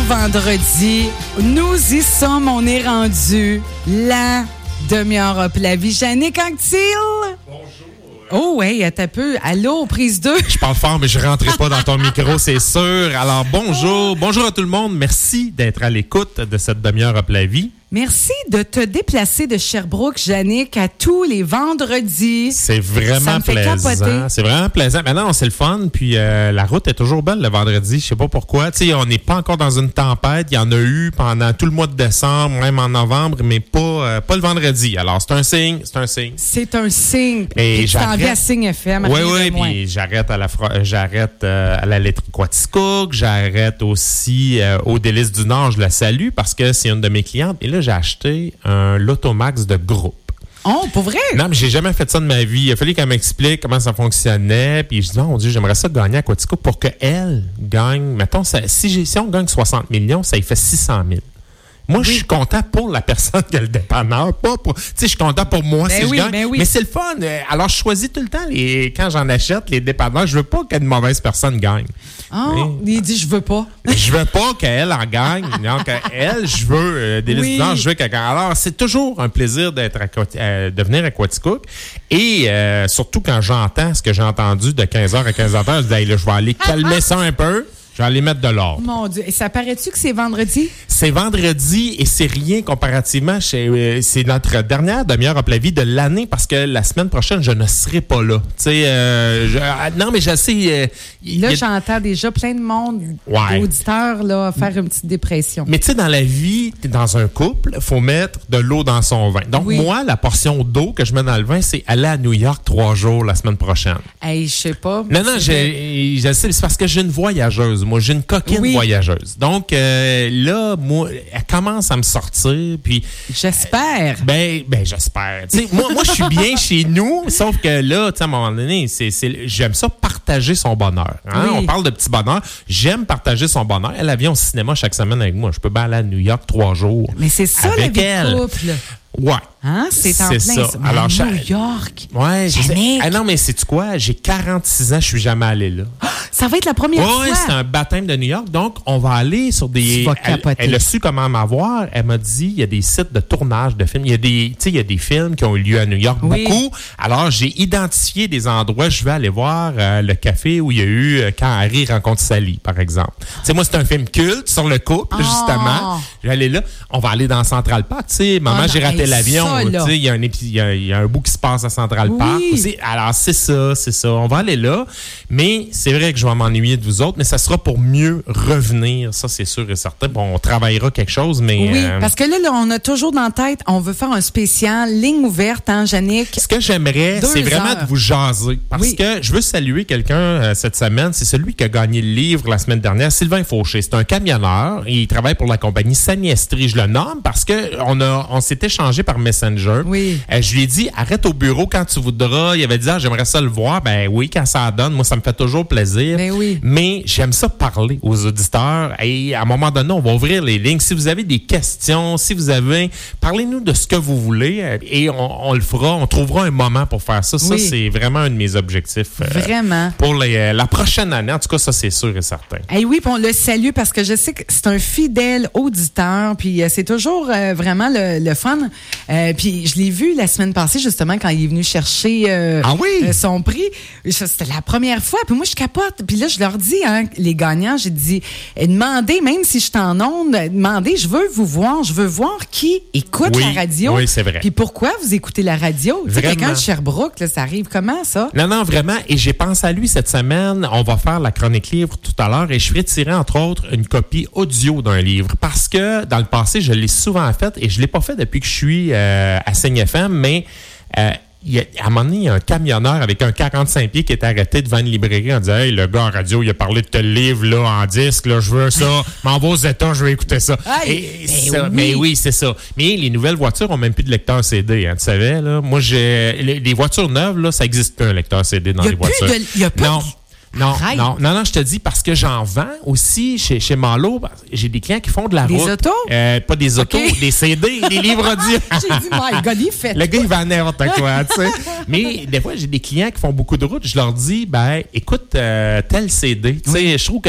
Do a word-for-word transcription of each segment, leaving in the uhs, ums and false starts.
vendredi. Nous y sommes, on est rendu. La demi-heure up la vie. Jannick Anctil. Bonjour. Oh, ouais, attends un peu. Allô, prise deux. Je parle fort, mais je ne rentrerai pas dans ton micro, c'est sûr. Alors, bonjour. Bonjour à tout le monde. Merci d'être à l'écoute de cette demi-heure up la vie. Merci de te déplacer de Sherbrooke, Jannick, à tous les vendredis. C'est vraiment Ça me fait plaisant. capoter. C'est vraiment plaisant. Maintenant, c'est le fun. Puis euh, la route est toujours belle le vendredi. Je sais pas pourquoi. Tu sais, on n'est pas encore dans une tempête. Il y en a eu pendant tout le mois de décembre, même en novembre, mais pas euh, pas le vendredi. Alors, c'est un signe. C'est un signe. C'est un signe. Et Puis tu t'en viens à Signe F M. Oui, oui. Puis j'arrête à la fro- j'arrête euh, à la laiterie Quaticook. J'arrête aussi euh, au Délices du Nord. Je la salue parce que c'est une de mes clientes. Et là, j'ai acheté un Lotomax de groupe. Oh, pour vrai? Non, mais j'ai jamais fait ça de ma vie. Il a fallu qu'elle m'explique comment ça fonctionnait. Puis je dis, non, mon Dieu, j'aimerais ça gagner à Quaticook pour qu'elle gagne. Mettons, ça, si, j'ai, si on gagne soixante millions, ça y fait six cent mille. Moi, oui. Je suis content pour la personne qui a le dépanneur, pas pour. Tu sais, je suis content pour moi ben si oui, je gagne. Ben oui. Mais c'est le fun. Alors, je choisis tout le temps les. Quand j'en achète, les dépanneurs, je veux pas qu'une mauvaise personne gagne. Oh, mais, il dit, je veux pas. Je veux pas qu'elle en gagne. Donc, elle, je veux euh, des oui. listes, je veux qu'elle gagne. Alors, c'est toujours un plaisir d'être à, euh, de venir à Quaticook. Et euh, surtout quand j'entends ce que j'ai entendu de quinze heures à quinze heures, je dis, hey, là, je vais aller calmer ça un peu. Je vais aller mettre de l'ordre. Mon Dieu. Et ça paraît-tu que c'est vendredi? C'est vendredi et c'est rien comparativement. Chez, euh, c'est notre dernière demi-heure up la vie de l'année parce que la semaine prochaine, je ne serai pas là. Tu sais, euh, je, ah, non, mais je sais. Euh, là, a... j'entends déjà plein de monde, ouais. d'auditeurs, là, faire une petite dépression. Mais tu sais, dans la vie, t'es dans un couple, il faut mettre de l'eau dans son vin. Donc, oui. moi, la portion d'eau que je mets dans le vin, c'est aller à New York trois jours la semaine prochaine. Hey, je sais pas. Non, non, je, je sais, c'est parce que j'ai une voyageuse. Moi, j'ai une coquine oui. voyageuse. Donc, euh, là, moi, elle commence à me sortir, puis... J'espère. Euh, ben, ben, j'espère. Tu sais, moi, moi je suis bien chez nous, sauf que là, tu sais, à un moment donné, c'est, c'est, j'aime ça partager son bonheur. Hein? Oui. On parle de petit bonheur. J'aime partager son bonheur. Elle, elle vient au cinéma chaque semaine avec moi. Je peux bien aller à New York trois jours. Mais c'est ça, la vie elle. de couple. Ouais. Hein? C'est, c'est en plein ça. ça. Alors, à New York. Ouais, je sais. Ah non, mais sais-tu quoi? J'ai quarante-six ans, je suis jamais allé là. Oh, ça va être la première ouais, fois. Oui, c'est un baptême de New York. Donc, on va aller sur des. Tu vas elle, capoter. Elle a su comment m'avoir. Elle m'a dit, il y a des sites de tournage de films. Il y a des, tu sais, il y a des films qui ont eu lieu à New York, oui. beaucoup. Alors, j'ai identifié des endroits. Je vais aller voir euh, le café où il y a eu euh, Quand Harry rencontre Sally, par exemple. Tu sais, moi, c'est un film culte sur le couple, oh. justement. Je vais aller là. On va aller dans Central Park. Tu sais, maman, oh, j'ai raté l'avion. Tu sais, il y a un Il y, a, il y a un bout qui se passe à Central oui. Park aussi. Alors, c'est ça, c'est ça. On va aller là. Mais c'est vrai que je vais m'ennuyer de vous autres, mais ça sera pour mieux revenir. Ça, c'est sûr et certain. Bon, on travaillera quelque chose, mais... Oui, euh, parce que là, là, on a toujours dans la tête, on veut faire un spécial, ligne ouverte, hein, Jannick? Ce que j'aimerais, Deux c'est vraiment heures. de vous jaser. Parce oui. que je veux saluer quelqu'un euh, cette semaine. C'est celui qui a gagné le livre la semaine dernière, Sylvain Fauché. C'est un camionneur. Et il travaille pour la compagnie Saniestri. Je le nomme parce que on a, on s'est échangé par Messenger. Oui. Euh, je lui ai dit, arrête au bureau quand tu voudras. Il avait dit, ah, j'aimerais ça le voir. Ben oui, quand ça donne, moi, ça me fait toujours plaisir. Ben oui. Mais j'aime ça parler aux auditeurs. Et à un moment donné, on va ouvrir les lignes. Si vous avez des questions, si vous avez... Parlez-nous de ce que vous voulez et on, on le fera. On trouvera un moment pour faire ça. Ça, oui. c'est vraiment un de mes objectifs. Euh, vraiment. Pour les, euh, la prochaine année. En tout cas, ça, c'est sûr et certain. Et hey, oui, puis on le salue parce que je sais que c'est un fidèle auditeur. Puis euh, c'est toujours euh, vraiment le, le fun. Euh, puis je l'ai vu la semaine passée, justement, quand il est venu chercher euh, ah oui? euh, son prix. C'était la première fois. Puis moi, je capote. Puis là, je leur dis, hein, les gagnants, j'ai dit, demandez, même si je suis en onde, demandez, je veux vous voir, je veux voir qui écoute oui, la radio. Oui, c'est vrai. Puis pourquoi vous écoutez la radio? Tu sais, quelqu'un de Sherbrooke, là, ça arrive comment, ça? Non, non, vraiment. Et j'ai pensé à lui cette semaine. On va faire la chronique livre tout à l'heure et je ferai tirer, entre autres, une copie audio d'un livre. Parce que, dans le passé, je l'ai souvent fait et je l'ai pas fait depuis que je suis euh, à Signe F M, mais... Euh, Il y a, à un moment donné, il y a un camionneur avec un quarante-cinq pieds qui est arrêté devant une librairie en disant « Hey, le gars en radio, il a parlé de tel livre là, en disque, là, je veux ça. M'en va aux États, je veux écouter ça. Aïe, » Et mais, ça oui. mais oui, c'est ça. Mais les nouvelles voitures ont même plus de lecteur C D, hein, tu savais, là. Moi, j'ai les, les voitures neuves, là, ça n'existe plus un lecteur C D dans les voitures. Il y a plus non. Non, Arrête. non, non, non, je te dis parce que j'en vends aussi chez, chez Malo. J'ai des clients qui font de la des route. Des autos? Euh, pas des autos, okay. des C D, des livres audio. J'ai dit, my God, il fait Le gars, il vend n'importe quoi, tu sais. Mais des fois, j'ai des clients qui font beaucoup de route. Je leur dis, ben, écoute, euh, tel C D. Tu sais, oui. je trouve que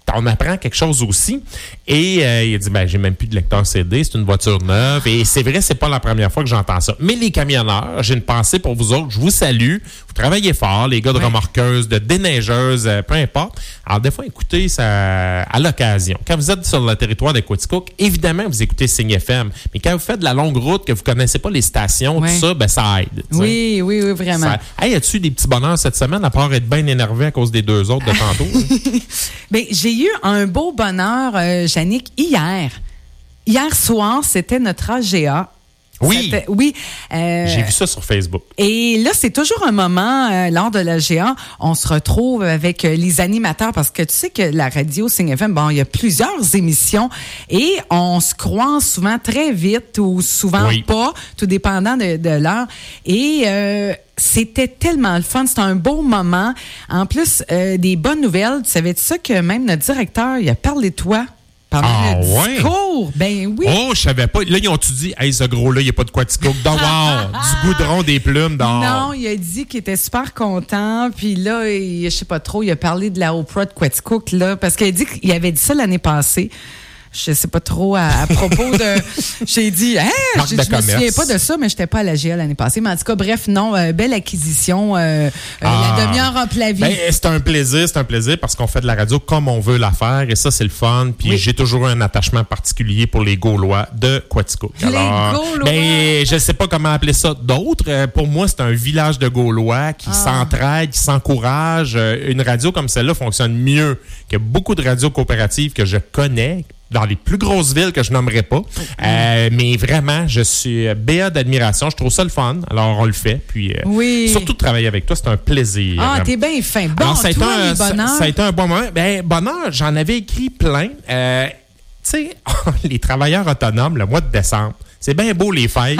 on apprend quelque chose aussi. Et euh, il a dit, ben, j'ai même plus de lecteur C D, c'est une voiture neuve. Et c'est vrai, c'est pas la première fois que j'entends ça. Mais les camionneurs, j'ai une pensée pour vous autres. Je vous salue. Vous travaillez fort, les gars de ouais. remorqueuses, de déneigeuses, euh, peu importe. Alors, des fois, écoutez ça à l'occasion. Quand vous êtes sur le territoire de Quaticook, évidemment, vous écoutez Signe F M. Mais quand vous faites de la longue route, que vous connaissez pas les stations, ouais. tout ça, ben, ça aide. T'sais. Oui, oui, oui, vraiment. Ça... Hey, as-tu des petits bonheurs cette semaine, à part être bien énervé à cause des deux autres de tantôt? Bien, j'ai eu un beau bonheur, euh, Jannick, hier. Hier soir, c'était notre A G A. Oui. C'était, oui. Euh, J'ai vu ça sur Facebook. Et là, c'est toujours un moment, euh, lors de l'A G A, on se retrouve avec euh, les animateurs parce que tu sais que la radio Signe F M, bon, il y a plusieurs émissions et on se croise souvent très vite ou souvent oui. pas, tout dépendant de, de l'heure. Et euh, c'était tellement le fun. C'était un beau moment. En plus, euh, des bonnes nouvelles. Tu savais-tu ça que même notre directeur, il a parlé de toi? Pendant ah, le ouais? discours, ben oui. Oh, je savais pas. Là, ils ont-tu dit, hey, ce gros-là, il n'y a pas de Quaticook dehors, du goudron, des plumes dehors. Non, il a dit qu'il était super content. Puis là, il, je sais pas trop, il a parlé de la Oprah de Quaticook, là, parce qu'il a dit qu'il avait dit ça l'année passée. Je sais pas trop à, à propos de... J'ai dit, hein, je, je me souviens pas de ça, mais j'étais pas à l'A G A l'année passée. Mais en tout cas, bref, non, euh, belle acquisition. Euh, ah, la demi-heure en la vie. Ben, c'est un plaisir, c'est un plaisir parce qu'on fait de la radio comme on veut la faire et ça, c'est le fun. Puis oui. j'ai toujours un attachement particulier pour les Gaulois de Quaticook. Les Alors, Gaulois! Ben, je sais pas comment appeler ça d'autres. Pour moi, c'est un village de Gaulois qui ah. s'entraident, qui s'encouragent. Une radio comme celle-là fonctionne mieux que beaucoup de radios coopératives que je connais, dans les plus grosses villes que je nommerai pas. Euh, mais vraiment, je suis béat d'admiration. Je trouve ça le fun. Alors, on le fait. Puis, euh, oui. surtout de travailler avec toi, c'est un plaisir. Ah, t'es bien fin. Bon, Alors, ça, a toi, été un, ça, ça a été un bon moment. Ben, bonheur, j'en avais écrit plein. Euh, tu sais, les travailleurs autonomes, le mois de décembre, c'est bien beau les fêtes.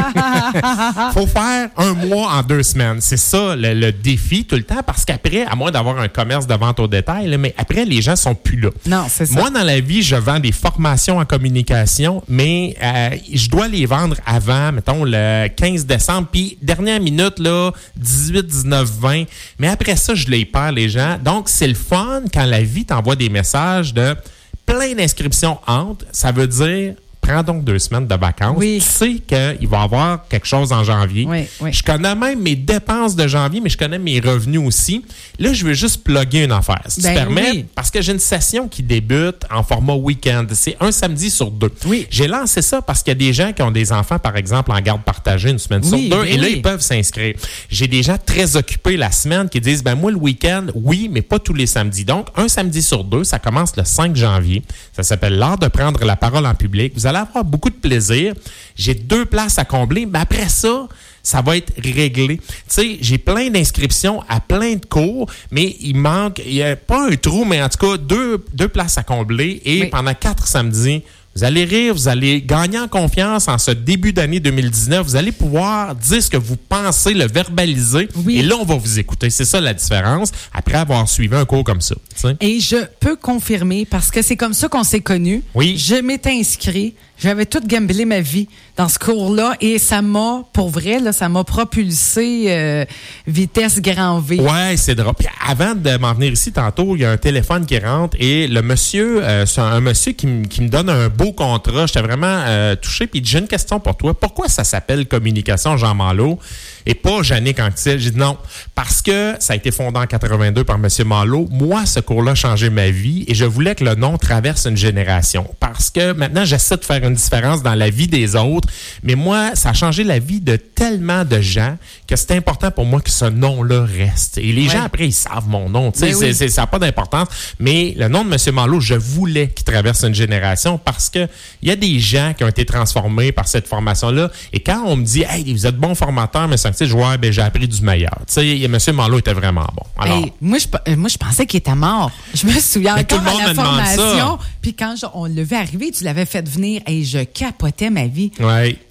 Faut faire un mois en deux semaines. C'est ça le, le défi tout le temps parce qu'après, à moins d'avoir un commerce de vente au détail, là, mais après, les gens sont plus là. Non, c'est ça. Moi, dans la vie, je vends des formations en communication, mais euh, je dois les vendre avant, mettons, le quinze décembre. Puis, dernière minute, là, dix-huit, dix-neuf, vingt. Mais après ça, je les perds, les gens. Donc, c'est le fun quand la vie t'envoie des messages de plein d'inscriptions entre. Ça veut dire... Prends donc deux semaines de vacances. Oui. Tu sais qu'il va y avoir quelque chose en janvier. Oui, oui. Je connais même mes dépenses de janvier, mais je connais mes revenus aussi. Là, je veux juste plugger une affaire, si ben tu permets, oui. parce que j'ai une session qui débute en format week-end. C'est un samedi sur deux. Oui. J'ai lancé ça parce qu'il y a des gens qui ont des enfants, par exemple, en garde partagée une semaine oui, sur deux, ben et là, oui. ils peuvent s'inscrire. J'ai des gens très occupés la semaine qui disent, ben moi, le week-end, oui, mais pas tous les samedis. Donc, un samedi sur deux, ça commence le cinq janvier. Ça s'appelle l'art de prendre la parole en public. Vous allez avoir beaucoup de plaisir. J'ai deux places à combler, mais après ça, ça va être réglé. Tu sais, j'ai plein d'inscriptions à plein de cours, mais il manque, il n'y a pas un trou, mais en tout cas, deux, deux places à combler et oui. pendant quatre samedis, vous allez rire, vous allez gagner en confiance en ce début d'année deux mille dix-neuf. Vous allez pouvoir dire ce que vous pensez, le verbaliser. Oui. Et là, on va vous écouter. C'est ça la différence après avoir suivi un cours comme ça. T'sais. Et je peux confirmer, parce que c'est comme ça qu'on s'est connus. Oui. Je m'étais inscrit. J'avais tout gamblé ma vie dans ce cours-là et ça m'a, pour vrai, là, ça m'a propulsé euh, vitesse grand V. Ouais, c'est drôle. Puis avant de m'en venir ici tantôt, il y a un téléphone qui rentre et le monsieur, euh, c'est un monsieur qui, m- qui me donne un beau contrat. J'étais vraiment euh, touché. Puis j'ai une question pour toi. Pourquoi ça s'appelle Communication Jean Malo et pas Jannick Anctil? J'ai dit non, parce que ça a été fondé en quatre-vingt-deux par M. Malo. Moi, ce cours-là a changé ma vie et je voulais que le nom traverse une génération parce que maintenant, j'essaie de faire une différence dans la vie des autres. Mais moi, ça a changé la vie de tellement de gens que c'est important pour moi que ce nom-là reste. Et les ouais. gens, après, ils savent mon nom. Tu sais, oui. c'est, ça n'a pas d'importance. Mais le nom de M. Malo, je voulais qu'il traverse une génération parce que il y a des gens qui ont été transformés par cette formation-là. Et quand on me dit, hey, vous êtes bon formateur, M. Anctil, je vois, ben, j'ai appris du meilleur. Tu sais, M. Malo était vraiment bon. Alors, hey, moi, je, moi, je pensais qu'il était mort. Je me souviens encore tout le monde à la formation. Puis quand je, on l'a vu arriver, tu l'avais fait venir et je capotais ma vie. Ouais.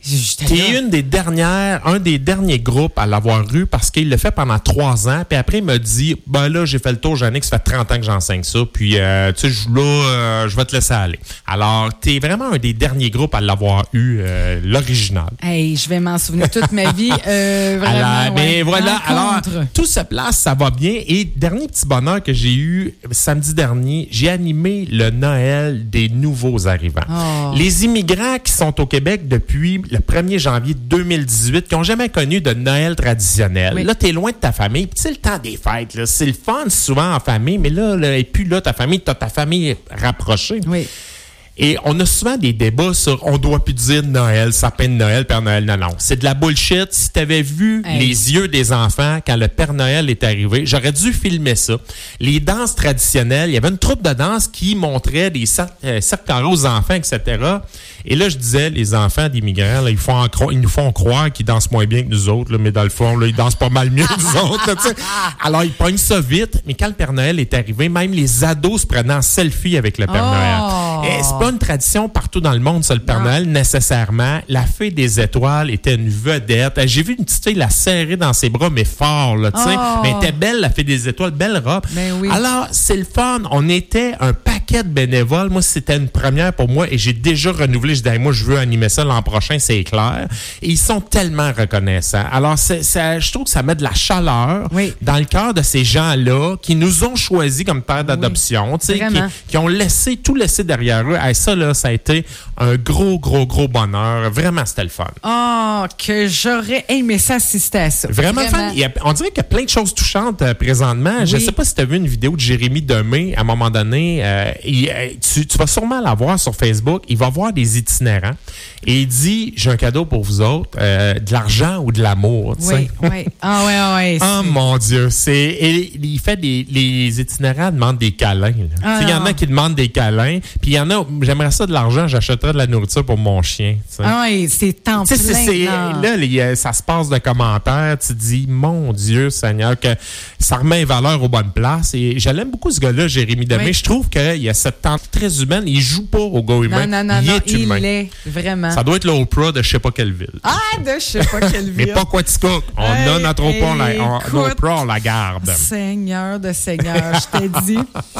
Qui est une des dernières, un des derniers groupes à l'avoir eu parce qu'il l'a fait pendant trois ans. Puis après, il m'a dit, ben là, j'ai fait le tour, Jannick, ça fait trente ans que j'enseigne ça. Puis, euh, tu sais, là, euh, je vais te laisser aller. Alors, t'es vraiment un des derniers groupes à l'avoir eu, euh, l'original. Hey, je vais m'en souvenir toute ma vie. Euh, vraiment, alors, ouais. Mais voilà, Rencontre. alors, tout se place, ça va bien. Et dernier petit bonheur que j'ai eu samedi dernier, j'ai animé le Noël des nouveaux arrivants. Oh. Les immigrants qui sont au Québec depuis le premier janvier deux mille dix-huit, qui n'ont jamais connu de Noël traditionnel. Oui. Là, t'es loin de ta famille. Puis, c'est le temps des fêtes. Là. C'est le fun souvent en famille, mais là, là et puis là, ta famille, t'as ta famille rapprochée. Oui. Et on a souvent des débats sur on doit plus dire Noël, sapin de Noël, Père Noël. Non, non. C'est de la bullshit. Si tu avais vu hey. les yeux des enfants quand le Père Noël est arrivé, j'aurais dû filmer ça. Les danses traditionnelles, il y avait une troupe de danse qui montrait des cercles euh, carrés aux enfants, et cetera. Et là, je disais, les enfants d'immigrants, là, ils, font cro- ils nous font croire qu'ils dansent moins bien que nous autres, là, mais dans le fond, là, ils dansent pas mal mieux que nous autres. Là, alors, ils pognent ça vite, mais quand le Père Noël est arrivé, même les ados se prenaient en selfie avec le Père oh. Noël. Et c'est pas une tradition partout dans le monde, ça, le Père non. Noël, nécessairement. La fée des étoiles était une vedette. J'ai vu une petite fille la serrer dans ses bras, mais fort, là, tu sais. Oh. Mais elle était belle, la fée des étoiles, belle robe. Ben oui. Alors, c'est le fun. On était un paquet de bénévoles. Moi, c'était une première pour moi et j'ai déjà renouvelé. Je disais, moi, je veux animer ça l'an prochain, c'est clair. Et ils sont tellement reconnaissants. Alors, c'est, c'est, je trouve que ça met de la chaleur oui. dans le cœur de ces gens-là qui nous ont choisis comme père d'adoption, oui. tu sais, qui, qui ont laissé, tout laissé derrière eux. Et ça, là, ça a été un gros, gros, gros bonheur. Vraiment, c'était le fun. Oh, que j'aurais aimé ça assister à ça. Vraiment, Vraiment. fun. Il y a, on dirait qu'il y a plein de choses touchantes euh, présentement. Oui. Je ne sais pas si tu as vu une vidéo de Jérémy Demé à un moment donné. Euh, il, euh, tu, tu vas sûrement la voir sur Facebook. Il va voir des itinérants et il dit, j'ai un cadeau pour vous autres, euh, de l'argent ou de l'amour. Tu oui, sais. oui. Ah oui, ah oui. Oh mon Dieu. C'est, et, il fait des, les itinérants demandent des câlins. Ah, il y en a qui demandent des câlins. Puis il y en a, j'aimerais ça de l'argent, j'achèterais de la nourriture pour mon chien. T'sais. Ah oui, c'est temps plein. C'est, c'est, là, les, ça se passe de commentaires. Tu te dis, mon Dieu Seigneur, que ça remet les valeurs aux bonnes places. Et j'aime beaucoup ce gars-là, Jérémy Demé. Oui. Je trouve qu'il y a cette tente très humaine. Il joue pas au gars humain. Non, non, non, il non, est humain. Il l'est, vraiment. Ça doit être l'Oprah de je sais pas quelle ville. Ah, de je sais pas quelle ville. Mais pas Quaticook. On hey, a notre Oprah, hey, la, on, on la garde. Seigneur de Seigneur, je t'ai dit.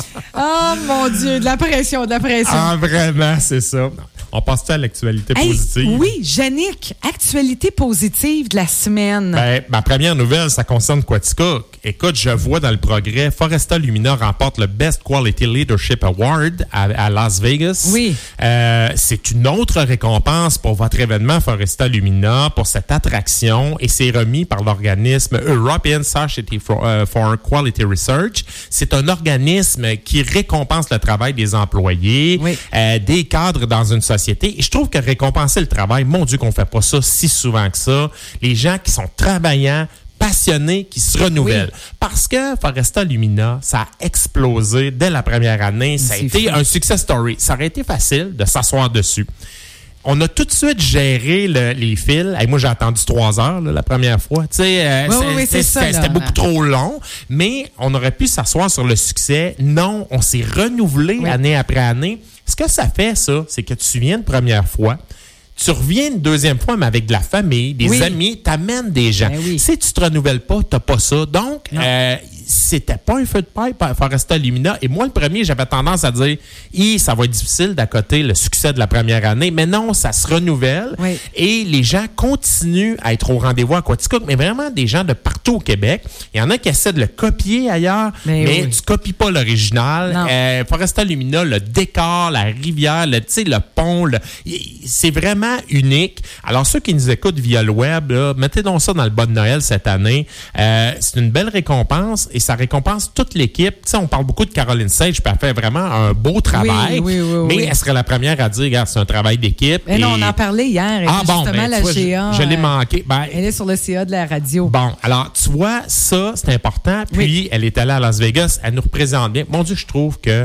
Oh mon Dieu, de la pression, de la pression. Ah, vraiment, c'est ça. On passe-tu à l'actualité hey, positive? Oui, Jannick, actualité positive de la semaine. Ben, ma première nouvelle, ça concerne Quaticook. Écoute, je vois dans le progrès, Foresta Lumina remporte le Best Quality Leadership Award à, à Las Vegas. Oui. Euh, c'est une autre récompense pour votre événement Foresta Lumina, pour cette attraction, et c'est remis par l'organisme European Society for, uh, for Quality Research. C'est un organisme qui récompense le travail des employés, oui. euh, des cadres dans une société. Et je trouve que récompenser le travail, mon Dieu qu'on fait pas ça si souvent que ça. Les gens qui sont travaillants, passionnés, qui se renouvellent. Oui. Parce que Foresta Lumina, ça a explosé dès la première année. Ça a C'est été fou. un success story. Ça aurait été facile de s'asseoir dessus. On a tout de suite géré le, les fils. Et moi, j'ai attendu trois heures là, la première fois. Tu sais, euh, oui, oui, oui, c'est ça, c'était, c'était beaucoup trop long, mais on aurait pu s'asseoir sur le succès. Non, on s'est renouvelé oui. année après année. Ce que ça fait, ça, c'est que tu viens une première fois, tu reviens une deuxième fois, mais avec de la famille, des oui. amis, t'amènes des gens. Ben oui. Si tu te renouvelles pas, t'as pas ça. Donc, euh, c'était pas un feu de paille par Foresta Lumina. Et moi, le premier, j'avais tendance à dire, Hi, ça va être difficile d'accoter le succès de la première année. Mais non, ça se renouvelle. Oui. Et les gens continuent à être au rendez-vous à Quaticook, mais vraiment des gens de partout au Québec. Il y en a qui essaient de le copier ailleurs, mais, mais oui. tu copies pas l'original. Euh, Foresta Lumina, le décor, la rivière, le, le pont, le, c'est vraiment unique. Alors, ceux qui nous écoutent via le web, là, mettez donc ça dans le bas de Noël cette année. Euh, c'est une belle récompense et ça récompense toute l'équipe. Tu sais, on parle beaucoup de Caroline Sage, puis elle fait vraiment un beau travail. Oui, oui, oui, mais oui. elle serait la première à dire, regarde, c'est un travail d'équipe. Mais et... non, on en parlait hier. Ah bon, justement, ben, la vois, G A. Je, je l'ai manqué. Ben, elle est sur le C A de la radio. Bon, alors, tu vois, ça, c'est important. Puis, oui. elle est allée à Las Vegas. Elle nous représente bien. Mon Dieu, je trouve que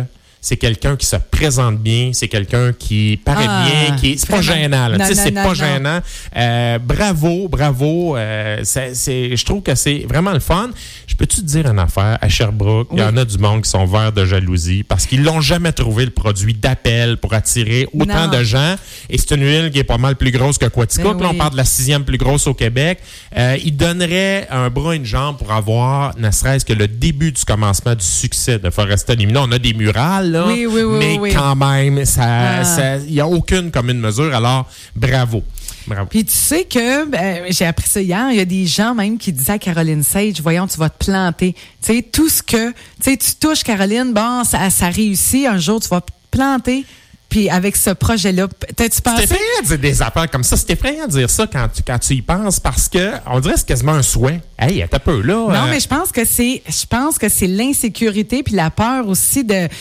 c'est quelqu'un qui se présente bien, c'est quelqu'un qui paraît ah, bien, qui c'est pas gênant. Là. Non, non, c'est non, pas non. gênant. Euh, bravo, bravo. Euh, c'est, c'est, je trouve que c'est vraiment le fun. Je peux-tu te dire une affaire? À Sherbrooke, il oui. y en a du monde qui sont verts de jalousie parce qu'ils l'ont jamais trouvé le produit d'appel pour attirer autant non. de gens. Et c'est une ville qui est pas mal plus grosse que Quaticook. Ben Là, oui. on parle de la sixième plus grosse au Québec. Euh, ils donneraient un bras et une jambe pour avoir, ne serait-ce que le début du commencement du succès de Foresta Limina. On a des murales, là, oui, oui, oui, mais oui. quand même, ça, ah. ça, il n'y a aucune commune mesure. Alors, bravo. Bravo. Puis tu sais que, ben, j'ai appris ça hier, il y a des gens même qui disaient à Caroline Sage, voyons, tu vas te planter. Tu sais, tout ce que, tu sais, tu touches Caroline, bon, ça, ça réussit, un jour tu vas te planter. Puis avec ce projet-là, t'as-tu pensé? C'est effrayant de dire des affaires comme ça. C'est effrayant de dire ça quand tu, quand tu y penses parce que on dirait que c'est quasiment un souhait. Hey, t'as peu là. Non, euh... mais je pense que c'est, je pense que c'est l'insécurité puis la peur aussi de, de,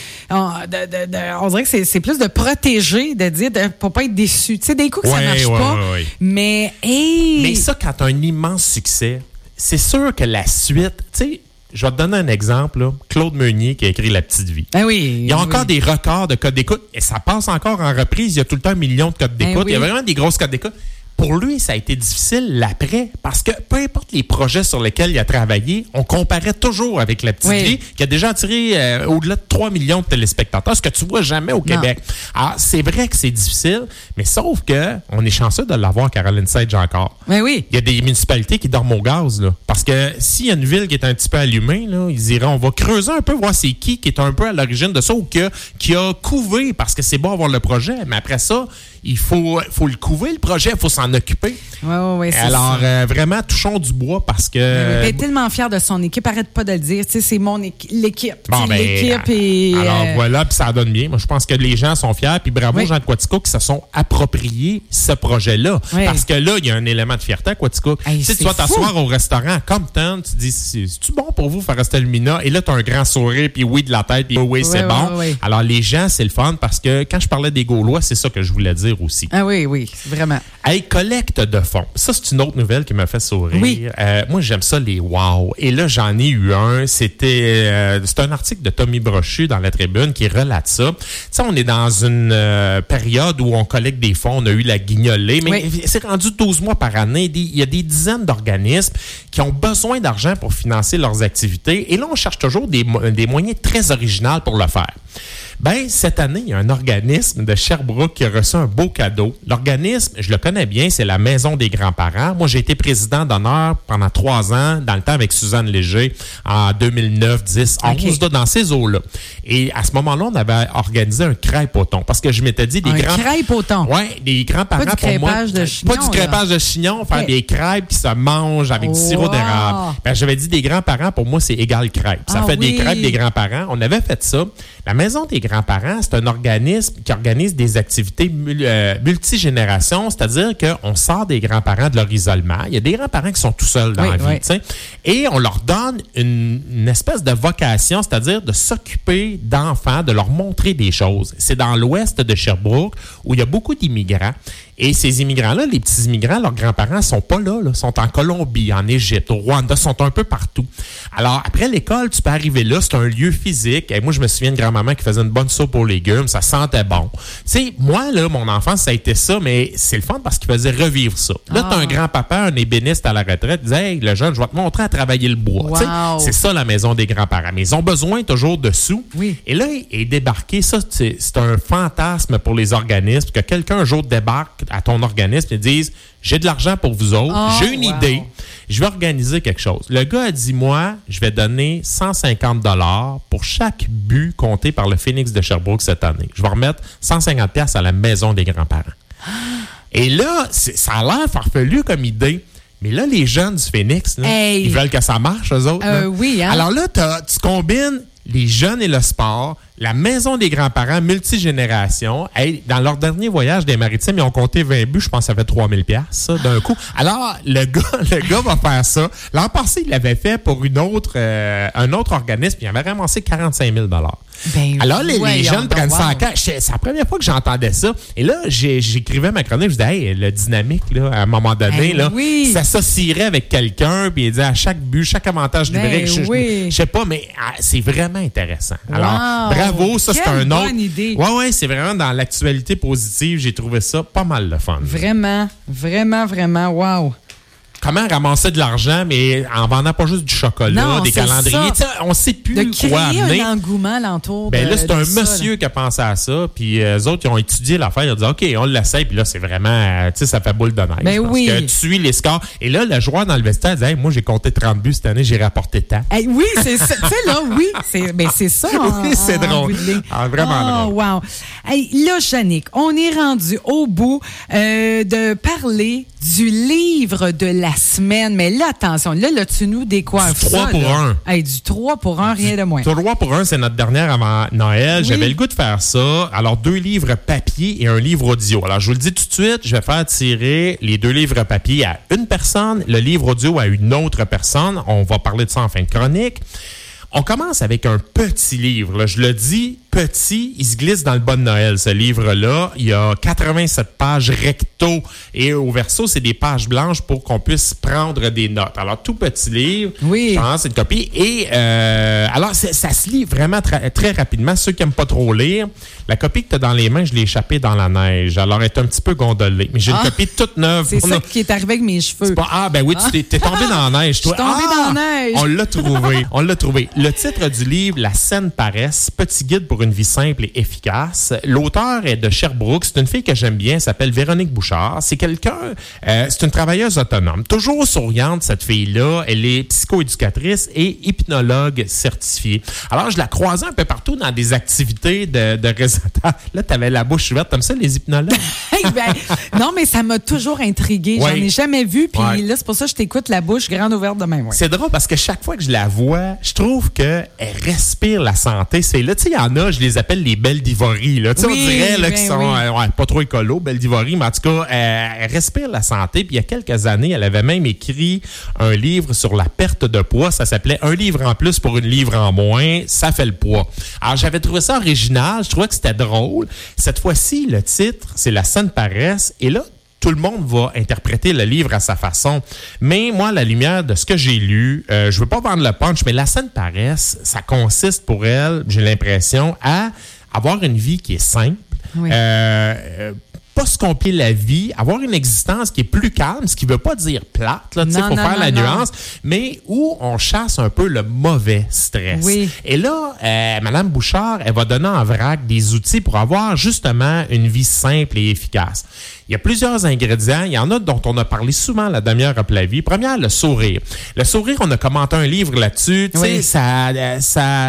de, de on dirait que c'est, c'est plus de protéger, de dire de, pour pas être déçu. Tu sais, des coups que ouais, ça marche ouais, pas. Ouais, ouais. Mais, hey! Mais ça, quand t'as un immense succès, c'est sûr que la suite, tu sais. Je vais te donner un exemple, là. Claude Meunier qui a écrit La Petite Vie. Ah oui, il y a oui. encore des records de codes d'écoute et ça passe encore en reprise. Il y a tout le temps un million de codes d'écoute. Ah oui. Il y a vraiment des grosses codes d'écoute. Pour lui, ça a été difficile l'après parce que peu importe les projets sur lesquels il a travaillé, on comparait toujours avec La Petite oui. Vie qui a déjà attiré euh, au-delà de trois millions de téléspectateurs, ce que tu vois jamais au Québec. Non. Alors, c'est vrai que c'est difficile, mais sauf que on est chanceux de l'avoir, Caroline Sage, encore. Mais oui. Il y a des municipalités qui dorment au gaz, là. Parce que s'il y a une ville qui est un petit peu allumée, là, ils diraient, on va creuser un peu, voir c'est qui qui est un peu à l'origine de ça ou qui a, qui a couvé parce que c'est beau avoir le projet. Mais après ça, il faut, faut le couver, le projet, il faut s'en occuper. Oui, oui, oui. Alors, euh, vraiment, touchons du bois parce que... Il est tellement fier de son équipe, arrête pas de le dire. Tu sais, c'est mon équipe, l'équipe. Bon, ben, l'équipe et... Alors, euh... voilà, puis ça donne bien. Moi, je pense que les gens sont fiers. Puis bravo, oui. Jean de Quaticook, qui se sont appropriés ce projet-là. Oui. Parce que là, il y a un élément de fierté à Quaticook. Hey, tu sais, tu vas t'asseoir au restaurant à Compton, tu te dis, c'est-tu bon pour vous, Foresta Lumina? Et là, tu as un grand sourire, puis oui de la tête, puis oui, oui, c'est oui, bon. Oui, oui. Alors, les gens, c'est le fun parce que quand je parlais des Gaulois, c'est ça que je voulais dire aussi. Ah oui, oui, vraiment. Hey, collecte de fonds. Ça, c'est une autre nouvelle qui m'a fait sourire. Oui. Euh, moi, j'aime ça, les wow. Et là, j'en ai eu un. C'était euh, c'est un article de Tommy Brochu dans La Tribune qui relate ça. Tu sais, on est dans une euh, période où on collecte des fonds. On a eu la guignolée, mais oui. c'est rendu douze mois par année. Il y a des dizaines d'organismes qui ont besoin d'argent pour financer leurs activités. Et là, on cherche toujours des, des moyens très originaux pour le faire. Ben, cette année, il y a un organisme de Sherbrooke qui a reçu un beau cadeau. L'organisme, je le connais bien, c'est la Maison des grands-parents. Moi, j'ai été président d'honneur pendant trois ans, dans le temps avec Suzanne Léger, en deux mille neuf, dix, onze, okay. dans ces eaux-là. Et à ce moment-là, on avait organisé un crêpe au thon. Parce que je m'étais dit, des un grands... Un crêpe au thon? Oui, des grands-parents pas du pour moi... crêpage de chignon, Pas du crêpage de chignon, faire okay. des crêpes qui se mangent avec oh, du sirop d'érable. Wow. Ben, j'avais dit, des grands-parents, pour moi, c'est égal crêpe. Ça ah, fait oui. des crêpes des grands-parents. On avait fait ça. La Maison des grands-parents, c'est un organisme qui organise des activités euh, multigénérations, c'est-à-dire qu'on sort des grands-parents de leur isolement. Il y a des grands-parents qui sont tout seuls dans oui, la vie, oui. t'sais, et on leur donne une, une espèce de vocation, c'est-à-dire de s'occuper d'enfants, de leur montrer des choses. C'est dans l'ouest de Sherbrooke où il y a beaucoup d'immigrants. Et ces immigrants-là, les petits immigrants, leurs grands-parents sont pas là, là, sont en Colombie, en Égypte, au Rwanda, sont un peu partout. Alors, après l'école, tu peux arriver là, c'est un lieu physique. Et moi, je me souviens de grand-maman qui faisait une bonne soupe aux légumes, ça sentait bon. Tu sais, moi, là, mon enfance, ça a été ça, mais c'est le fun parce qu'il faisait revivre ça. Là, ah. t'as un grand-papa, un ébéniste à la retraite, il disait, hey, le jeune, je vais te montrer à travailler le bois. Wow. C'est ça, la maison des grands-parents. Mais ils ont besoin toujours de sous. Oui. Et là, il est débarqué. Ça, c'est, c'est un fantasme pour les organismes, que quelqu'un un jour débarque à ton organisme et dise, j'ai de l'argent pour vous autres, oh, j'ai une wow. idée, je vais organiser quelque chose. Le gars a dit, moi, je vais donner cent cinquante dollars pour chaque but compté par le Phoenix de Sherbrooke cette année. Je vais remettre cent cinquante dollars à la maison des grands-parents. Et là, c'est, ça a l'air farfelu comme idée. Mais là, les jeunes du Phoenix, là, hey. ils veulent que ça marche, eux autres. Euh, oui, hein? Alors là, tu combines les jeunes et le sport, la maison des grands-parents multigénération. Hey, dans leur dernier voyage des Maritimes, ils ont compté vingt buts, je pense que ça fait trois mille dollars, ça, d'un coup. Alors, le gars, le gars va faire ça. L'an passé, il l'avait fait pour une autre, euh, un autre organisme, il avait ramassé quarante-cinq mille dollars. Ben, Alors, les, les jeunes donc, prennent wow. ça en cœur. C'est la première fois que j'entendais ça. Et là, j'ai, j'écrivais ma chronique. Je disais, hey, le dynamique, là, à un moment donné, Ben là, oui. s'associerait avec quelqu'un, puis il dit à chaque but, chaque avantage Ben numérique. Je, oui. je, je sais pas, mais ah, c'est vraiment intéressant. Alors, Wow. bravo, ça, c'est Quelle un autre. bonne idée. Ouais, ouais, c'est vraiment dans l'actualité positive. J'ai trouvé ça pas mal de fun. Vraiment, vraiment, vraiment, wow. Comment ramasser de l'argent, mais en vendant pas juste du chocolat, Non, des c'est calendriers. ça. On sait plus De quoi créer amener. un engouement alentour Ben de, là, c'est de un ça, monsieur là. qui a pensé à ça, puis euh, eux autres, ils ont étudié l'affaire, ils ont dit, OK, on l'essaye, puis là, c'est vraiment, euh, tu sais, ça fait boule de neige. Ben parce oui. que tu suis les scores. Et là, le joueur dans le vestiaire dit, hey, moi, j'ai compté trente buts cette année, j'ai rapporté tant. Hey, oui, c'est ça. Tu sais, là, oui, c'est, ben, c'est ça. En, Oui, c'est en drôle. bout de ligne. Ah, vraiment oh, drôle. Wow. Hey, là, Yannick, on est rendu au bout euh, de parler du livre de la semaine. Mais là, attention, là, là tu nous décoiffes Du trois ça, pour là. un. Hey, du trois pour un, rien de moins. trois pour un, c'est notre dernière avant Noël. Oui. J'avais le goût de faire ça. Alors, deux livres papier et un livre audio. Alors, je vous le dis tout de suite, je vais faire tirer les deux livres papier à une personne, le livre audio à une autre personne. On va parler de ça en fin de chronique. On commence avec un petit livre. Là. Je le dis, petit, il se glisse dans le bas de Noël, ce livre-là. Il y a quatre-vingt-sept pages recto et au verso, c'est des pages blanches pour qu'on puisse prendre des notes. Alors, tout petit livre, Oui. je pense, c'est une copie. Et euh, alors, c'est, ça se lit vraiment tra- très rapidement. Ceux qui n'aiment pas trop lire, la copie que tu as dans les mains, je l'ai échappée dans la neige. Alors, elle est un petit peu gondolée. Mais j'ai Ah, une copie toute neuve. C'est pour ça nous. qui est arrivé avec mes cheveux. C'est pas- ah, ben oui, tu t'es, t'es tombé dans la neige, toi. Je suis tombée Ah, dans la neige. On l'a trouvé. On l'a trouvé. Le titre du livre, La saine paresse, petit guide pour une vie simple et efficace. L'auteur est de Sherbrooke. C'est une fille que j'aime bien. Elle s'appelle Véronique Bouchard. C'est quelqu'un, euh, c'est une travailleuse autonome. Toujours souriante, cette fille-là. Elle est psychoéducatrice et hypnologue certifiée. Alors, je la croisais un peu partout dans des activités de, de réseautage. Là, t'avais la bouche ouverte. T'aimes ça, les hypnologues? Hey, ben, non, mais ça m'a toujours intriguée. J'en Ouais. ai jamais vu. Puis Ouais. là, c'est pour ça que je t'écoute la bouche grande ouverte de même. Ouais. C'est drôle parce que chaque fois que je la vois, je trouve qu'elle respire la santé. C'est là, tu sais, il y en a, je les appelle les belles divories. Là. Tu sais, Oui, on dirait là, ben qu'ils sont oui. euh, ouais, pas trop écolo, belles divories, mais en tout cas, euh, elle respire la santé. Puis il y a quelques années, elle avait même écrit un livre sur la perte de poids. Ça s'appelait Un livre en plus pour une livre en moins. Ça fait le poids. Alors, j'avais trouvé ça original. Je trouvais que c'était drôle. Cette fois-ci, le titre, c'est La saine paresse. Et là, tout le monde va interpréter le livre à sa façon. Mais moi, à la lumière de ce que j'ai lu, euh, je veux pas vendre le punch, mais la saine paresse, ça consiste pour elle, j'ai l'impression, à avoir une vie qui est simple, Oui. euh, euh, pas se compliquer la vie, avoir une existence qui est plus calme, ce qui veut pas dire plate, là, tu sais, Non, faut non, faire non, la non. nuance, mais où on chasse un peu le mauvais stress. Oui. Et là, euh, Mme Bouchard, elle va donner en vrac des outils pour avoir justement une vie simple et efficace. Il y a plusieurs ingrédients. Il y en a dont on a parlé souvent la demi-heure après la vie. Première, le sourire. Le sourire, on a commenté un livre là-dessus. Tu sais, Oui. ça, euh,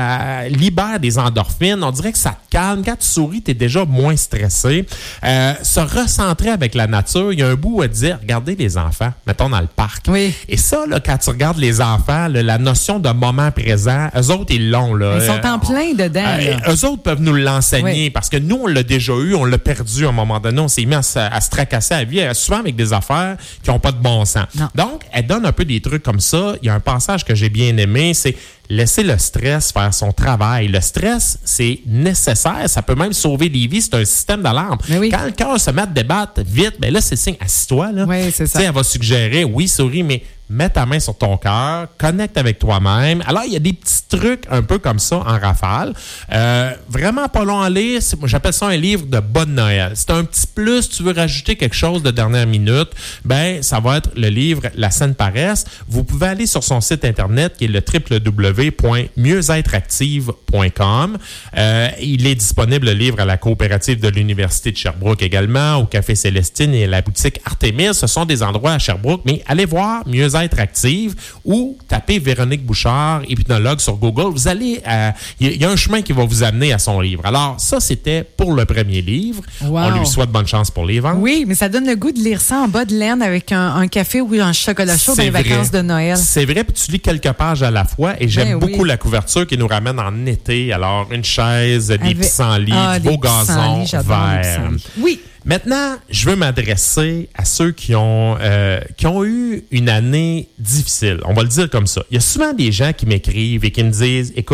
ça libère des endorphines. On dirait que ça te calme. Quand tu souris, tu es déjà moins stressé. Euh, se recentrer avec la nature. Il y a un bout à dire, regardez les enfants, mettons dans le parc. Oui. Et ça, là, quand tu regardes les enfants, là, la notion de moment présent, eux autres, ils l'ont. Là. Ils sont en Euh, plein dedans. euh, là. eux autres peuvent nous l'enseigner Oui. parce que nous, on l'a déjà eu, on l'a perdu à un moment donné. On s'est mis à, se- à se tracasser à la vie, euh, souvent avec des affaires qui n'ont pas de bon sens. Non. Donc, elle donne un peu des trucs comme ça. Il y a un passage que j'ai bien aimé, c'est laisser le stress faire son travail. Le stress, c'est nécessaire. Ça peut même sauver des vies. C'est un système d'alarme. Mais oui. Quand le cœur se met à débattre vite, ben là, c'est le signe. Assis-toi, là. Oui, c'est Tu ça. sais, elle va suggérer, oui, souris, mais mets ta main sur ton cœur, connecte avec toi-même. Alors, il y a des petits trucs un peu comme ça en rafale. Euh, vraiment pas long à lire. C'est- moi, j'appelle ça un livre de bonne Noël. C'est un petit plus. Tu veux rajouter quelque chose de dernière minute, ben ça va être le livre La saine paresse. Vous pouvez aller sur son site internet qui est le w w w point mieux être active point com. Euh, il est disponible, le livre, à la coopérative de l'Université de Sherbrooke également, au Café Célestine et à la boutique Artemis. Ce sont des endroits à Sherbrooke, mais allez voir Mieux être active ou tapez Véronique Bouchard, hypnologue, sur Google. Vous allez, euh, il y, y a un chemin qui va vous amener à son livre. Alors, ça, c'était pour le premier livre. Wow. On lui souhaite bonne chance pour les ventes. Oui, mais ça donne le goût de lire ça en bas de laine avec un, un café ou un chocolat chaud dans les C'est vrai. vacances de Noël. C'est vrai, puis tu lis quelques pages à la fois et j'aime Ben oui. beaucoup la couverture qui nous ramène en été. Alors, une chaise, des Avec- pissenlits, Ah, du des beau gazon pissenlits, j'adore les vert. pissenlits. Oui. Maintenant, je veux m'adresser à ceux qui ont euh, qui ont eu une année difficile. On va le dire comme ça. Il y a souvent des gens qui m'écrivent et qui me disent, écoute,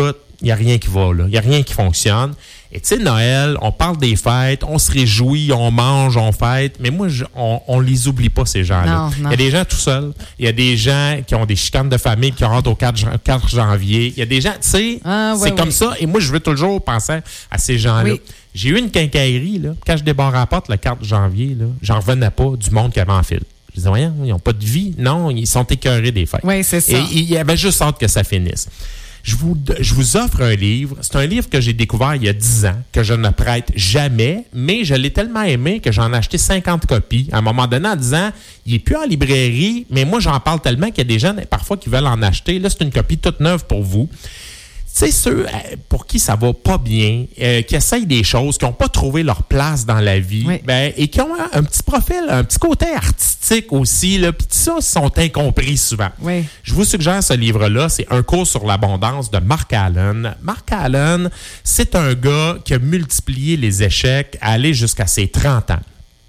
il n'y a rien qui va, là. Il n'y a rien qui fonctionne. Et tu sais, Noël, on parle des fêtes, on se réjouit, on mange, on fête, mais moi, je, on, on les oublie pas, ces gens-là. Il y a des gens tout seuls. Il y a des gens qui ont des chicanes de famille qui rentrent au quatre janvier. Il y a des gens, tu sais, ah, c'est oui, comme oui. ça. Et moi, je veux toujours penser à ces gens-là. Oui. J'ai eu une quincaillerie, là. Quand je débarre à la porte le quatre janvier, là, j'en revenais pas du monde qui avait en file. Je disais, voyons, ils n'ont pas de vie. Non, ils sont écœurés des fêtes. Oui, c'est ça. Et il y avait juste hâte que ça finisse. Je vous, je vous offre un livre. C'est un livre que j'ai découvert il y a dix ans, que je ne prête jamais, mais je l'ai tellement aimé que j'en ai acheté cinquante copies. À un moment donné, en disant, il n'est plus en librairie, mais moi, j'en parle tellement qu'il y a des gens, parfois, qui veulent en acheter. Là, c'est une copie toute neuve pour vous. Tu sais, ceux pour qui ça va pas bien, euh, qui essayent des choses, qui n'ont pas trouvé leur place dans la vie, oui. ben, et qui ont un, un petit profil, un petit côté artistique aussi, là, puis ça, ils sont incompris souvent. Oui. Je vous suggère ce livre-là, c'est Un cours sur l'abondance de Mark Allen. Mark Allen, c'est un gars qui a multiplié les échecs à aller jusqu'à ses trente ans.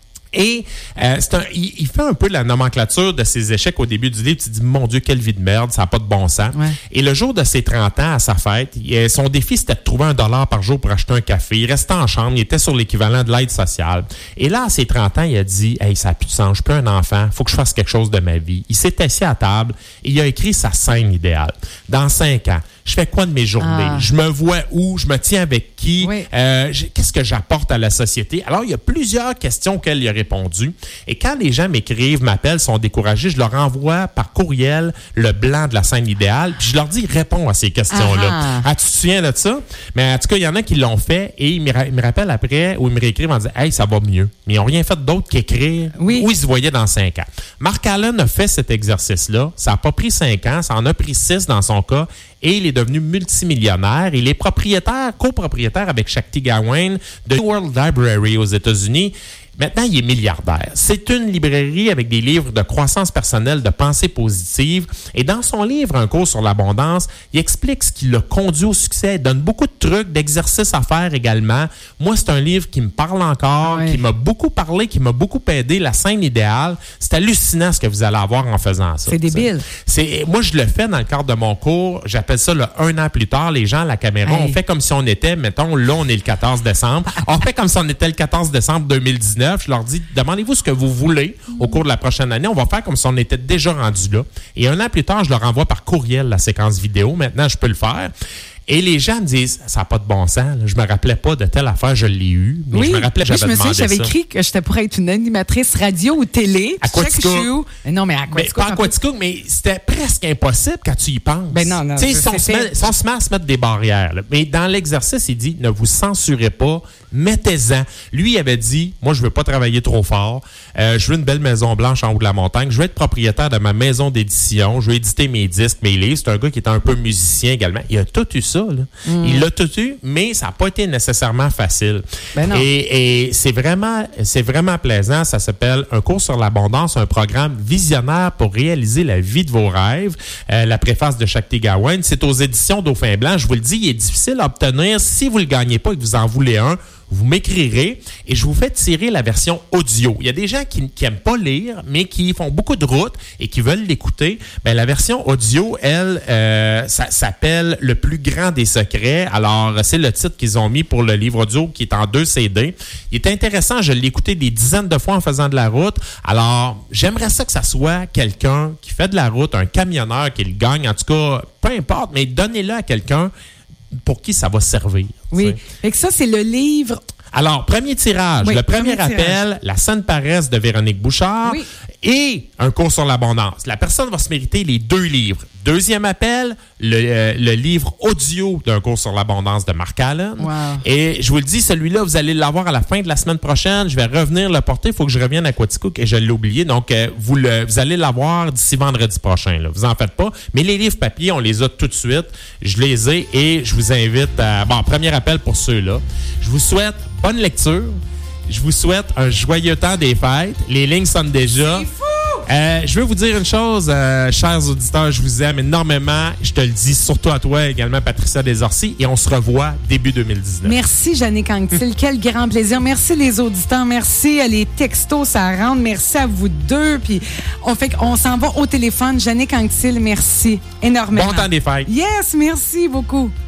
Et euh, c'est un, il, il fait un peu la nomenclature de ses échecs au début du livre. Tu te dis, mon Dieu, quelle vie de merde, ça n'a pas de bon sens. Ouais. Et le jour de ses trente ans, à sa fête, il, son défi, c'était de trouver un dollar par jour pour acheter un café. Il restait en chambre, il était sur l'équivalent de l'aide sociale. Et là, à ses trente ans, il a dit, hey, ça n'a plus de sens, je suis plus un enfant, il faut que je fasse quelque chose de ma vie. Il s'est assis à table et il a écrit sa scène idéale. Dans cinq ans, je fais quoi de mes journées? Ah. Je me vois où? Je me tiens avec qui? Oui. Euh, qu'est-ce que j'apporte à la société? Alors, il y a plusieurs questions auxquelles il a répondu. Et quand les gens m'écrivent, m'appellent, sont découragés, je leur envoie par courriel le blanc de la scène idéale. Puis je leur dis, réponds à ces questions-là. Ah, ah tu te souviens de ça? Mais en tout cas, il y en a qui l'ont fait et ils me, ra- ils me rappellent après ou ils me réécrivent en disant, hey, ça va mieux. Mais ils n'ont rien fait d'autre qu'écrire oui. où ils se voyaient dans cinq ans. Mark Allen a fait cet exercice-là. Ça n'a pas pris cinq ans, ça en a pris six dans son cas. Et il est devenu multimillionnaire. Il est propriétaire, copropriétaire avec Shakti Gawain de World Library aux États-Unis. Maintenant, il est milliardaire. C'est une librairie avec des livres de croissance personnelle, de pensée positive. Et dans son livre, Un cours sur l'abondance, il explique ce qui l'a conduit au succès. Il donne beaucoup de trucs, d'exercices à faire également. Moi, c'est un livre qui me parle encore, oui. qui m'a beaucoup parlé, qui m'a beaucoup aidé. La scène idéale, c'est hallucinant ce que vous allez avoir en faisant ça. C'est débile. C'est, moi, je le fais dans le cadre de mon cours. J'appelle ça le un an plus tard. Les gens à la caméra, hey. on fait comme si on était, mettons, là, on est le quatorze décembre. On fait comme si on était le quatorze décembre deux mille dix-neuf. Je leur dis, demandez-vous ce que vous voulez au cours de la prochaine année. On va faire comme si on était déjà rendu là. Et un an plus tard, je leur envoie par courriel la séquence vidéo. Maintenant, je peux le faire. Et les gens me disent, ça n'a pas de bon sens. Là. Je me rappelais pas de telle affaire, je l'ai eu. Mais oui, je me rappelais que j'avais oui, je me demandé souviens, ça. J'avais écrit que j'étais pour être une animatrice radio ou télé. À Quaticook. Non, mais à Quaticook. Pas à Quaticook, mais c'était presque impossible quand tu y penses. Ben non, non. Tu sais, si, on se met, si on se met à se mettre des barrières. Là. Mais dans l'exercice, il dit, ne vous censurez pas, mettez-en. Lui, il avait dit, moi, je veux pas travailler trop fort. Euh, je veux une belle maison blanche en haut de la montagne. Je veux être propriétaire de ma maison d'édition. Je veux éditer mes disques, mes livres. C'est un gars qui est un peu musicien également. Il a tout eu ça, là. Mm. Il l'a tout eu, mais ça n'a pas été nécessairement facile. Ben non. Et, et c'est vraiment, c'est vraiment plaisant. Ça s'appelle Un cours sur l'abondance, un programme visionnaire pour réaliser la vie de vos rêves. Euh, la préface de Shakti Gawain. C'est aux éditions Dauphin Blanc. Je vous le dis, il est difficile à obtenir. Si vous ne le gagnez pas et que vous en voulez un, vous m'écrirez et je vous fais tirer la version audio. Il y a des gens qui n'aiment pas lire, mais qui font beaucoup de routes et qui veulent l'écouter. Ben, la version audio, elle, euh, ça s'appelle Le plus grand des secrets. Alors, c'est le titre qu'ils ont mis pour le livre audio qui est en deux C D. Il est intéressant, je l'ai écouté des dizaines de fois en faisant de la route. Alors, j'aimerais ça que ça soit quelqu'un qui fait de la route, un camionneur qui le gagne. En tout cas, peu importe, mais donnez-le à quelqu'un pour qui ça va servir. Oui. Et que ça, c'est le livre. Alors, premier tirage. Oui, le premier, premier appel, tirage. La Sainte Paresse de Véronique Bouchard oui. et Un cours sur l'abondance. La personne va se mériter les deux livres. Deuxième appel, le, euh, le livre audio d'Un cours sur l'abondance de Mark Allen. Wow. Et je vous le dis, celui-là, vous allez l'avoir à la fin de la semaine prochaine. Je vais revenir le porter. Il faut que je revienne à Quaticook et je l'ai oublié. Donc, euh, vous, le, vous allez l'avoir d'ici vendredi prochain. Là. Vous en faites pas. Mais les livres papier, on les a tout de suite. Je les ai et je vous invite à... Bon, premier appel pour ceux-là. Je vous souhaite bonne lecture. Je vous souhaite un joyeux temps des fêtes. Les lignes sonnent déjà. C'est fou! Euh, je veux vous dire une chose, euh, chers auditeurs, je vous aime énormément. Je te le dis surtout à toi également, Patricia Desorcy, et on se revoit début deux mille dix-neuf. Merci, Jannick Anctil. Quel grand plaisir. Merci les auditeurs. Merci à les textos, ça rentre. Merci à vous deux. Puis on fait qu'on s'en va au téléphone. Jannick Anctil, merci énormément. Bon temps des fêtes. Yes, merci beaucoup.